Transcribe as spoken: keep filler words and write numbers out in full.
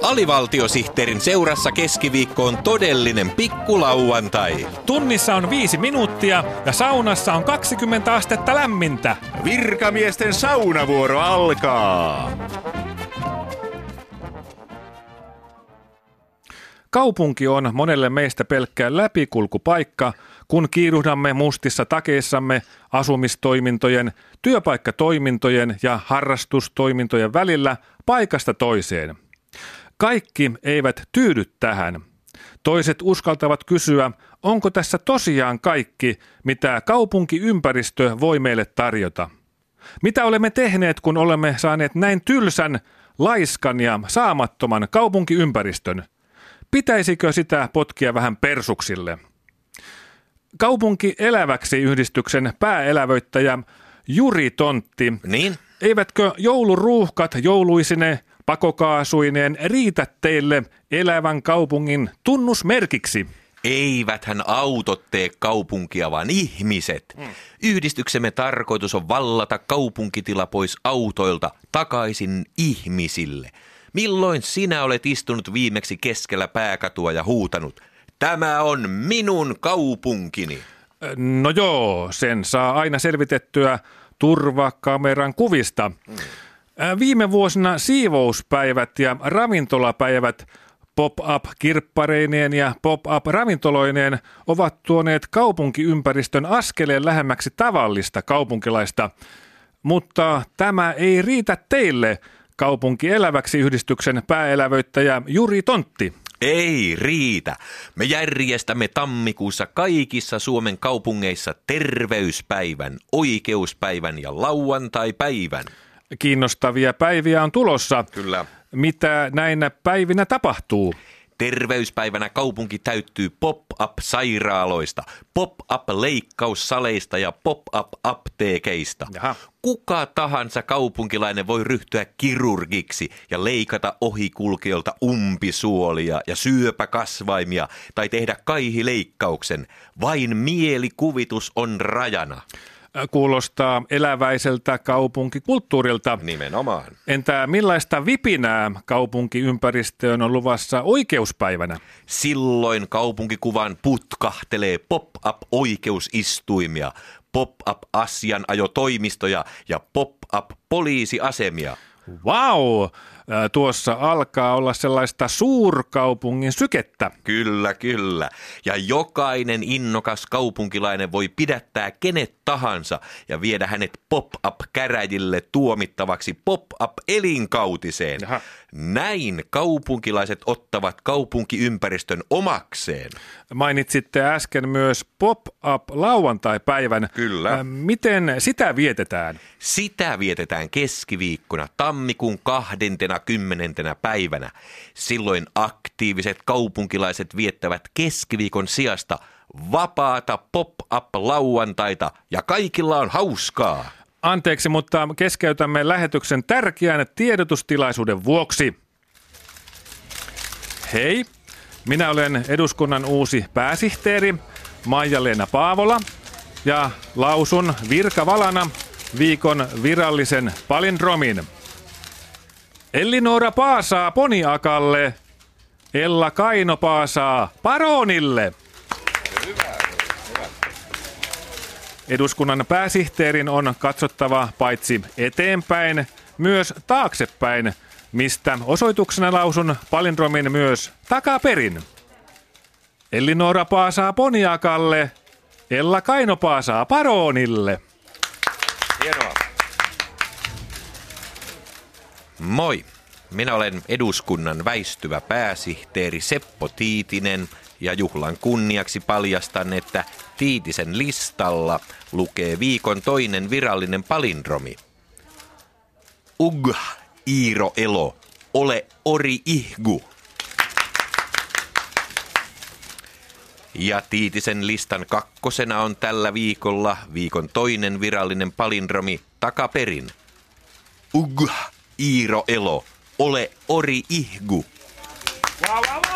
Alivaltiosihteerin seurassa keskiviikko on todellinen pikkulauantai. Tunnissa on viisi minuuttia ja saunassa on kaksikymmentä astetta lämmintä. Virkamiesten saunavuoro alkaa. Kaupunki on monelle meistä pelkkä läpikulkupaikka, kun kiiruhdamme mustissa takeissamme asumistoimintojen, työpaikkatoimintojen ja harrastustoimintojen välillä paikasta toiseen. Kaikki eivät tyydy tähän. Toiset uskaltavat kysyä, onko tässä tosiaan kaikki, mitä kaupunkiympäristö voi meille tarjota. Mitä olemme tehneet, kun olemme saaneet näin tylsän, laiskan ja saamattoman kaupunkiympäristön? Pitäisikö sitä potkia vähän persuksille? Kaupunki eläväksi -yhdistyksen pääelävöittäjä Juri Tontti. Niin? Eivätkö jouluruuhkat jouluisine pakokaasuineen riitä teille elävän kaupungin tunnusmerkiksi? Eiväthän autot tee kaupunkia, vaan ihmiset. Hmm. Yhdistyksemme tarkoitus on vallata kaupunkitila pois autoilta takaisin ihmisille. Milloin sinä olet istunut viimeksi keskellä pääkatua ja huutanut, tämä on minun kaupunkini? No joo, sen saa aina selvitettyä turvakameran kuvista. Hmm. Viime vuosina siivouspäivät ja ravintolapäivät pop-up-kirppareineen ja pop-up-ravintoloineen ovat tuoneet kaupunkiympäristön askeleen lähemmäksi tavallista kaupunkilaista. Mutta tämä ei riitä teille, Kaupunki eläväksi -yhdistyksen pääelävöittäjä Juri Tontti. Ei riitä. Me järjestämme tammikuussa kaikissa Suomen kaupungeissa terveyspäivän, oikeuspäivän ja lauantaipäivän. Kiinnostavia päiviä on tulossa. Kyllä. Mitä näinä päivinä tapahtuu? Terveyspäivänä kaupunki täyttyy pop-up-sairaaloista, pop-up-leikkaussaleista ja pop-up-apteekeista. Jaha. Kuka tahansa kaupunkilainen voi ryhtyä kirurgiksi ja leikata ohikulkijoilta umpisuolia ja syöpäkasvaimia tai tehdä kaihileikkauksen. Vain mielikuvitus on rajana. Kuulostaa eläväiseltä kaupunkikulttuurilta. Nimenomaan. Entä millaista vipinää kaupunkiympäristöön on luvassa oikeuspäivänä? Silloin kaupunkikuvan putkahtelee pop-up-oikeusistuimia, pop-up-asianajotoimistoja ja pop-up-poliisiasemia. Vau! Tuossa alkaa olla sellaista suurkaupungin sykettä. Kyllä, kyllä. Ja jokainen innokas kaupunkilainen voi pidättää kenet tahansa ja viedä hänet pop-up-käräjille tuomittavaksi pop-up-elinkautiseen. Jaha. Näin kaupunkilaiset ottavat kaupunkiympäristön omakseen. Mainitsitte äsken myös pop-up-lauantaipäivän. Kyllä. Miten sitä vietetään? Sitä vietetään keskiviikkona tammikuun kahdentena kymmenentenä päivänä. Silloin aktiiviset kaupunkilaiset viettävät keskiviikon sijasta vapaata pop-up-lauantaita ja kaikilla on hauskaa. Anteeksi, mutta keskeytämme lähetyksen tärkeän tiedotustilaisuuden vuoksi. Hei, minä olen eduskunnan uusi pääsihteeri Maija-Leena Paavola ja lausun virkavalana viikon virallisen palindromin. Ellinora paasaa poniakalle, Ella Kaino paasaa paronille. Hyvä, hyvä. Eduskunnan pääsihteerin on katsottava paitsi eteenpäin, myös taaksepäin, mistä osoituksena lausun palindromin myös takaperin. Ellinora paasaa poniakalle, Ella Kaino paasaa paronille. Hienoa. Moi, minä olen eduskunnan väistyvä pääsihteeri Seppo Tiitinen ja juhlan kunniaksi paljastan, että Tiitisen listalla lukee viikon toinen virallinen palindromi. Ugh, Iiro Elo, ole ori ihgu. Ja Tiitisen listan kakkosena on tällä viikolla viikon toinen virallinen palindromi takaperin. Ugh, Iiro Elo, ole ori ihgu. Wow, wow, wow.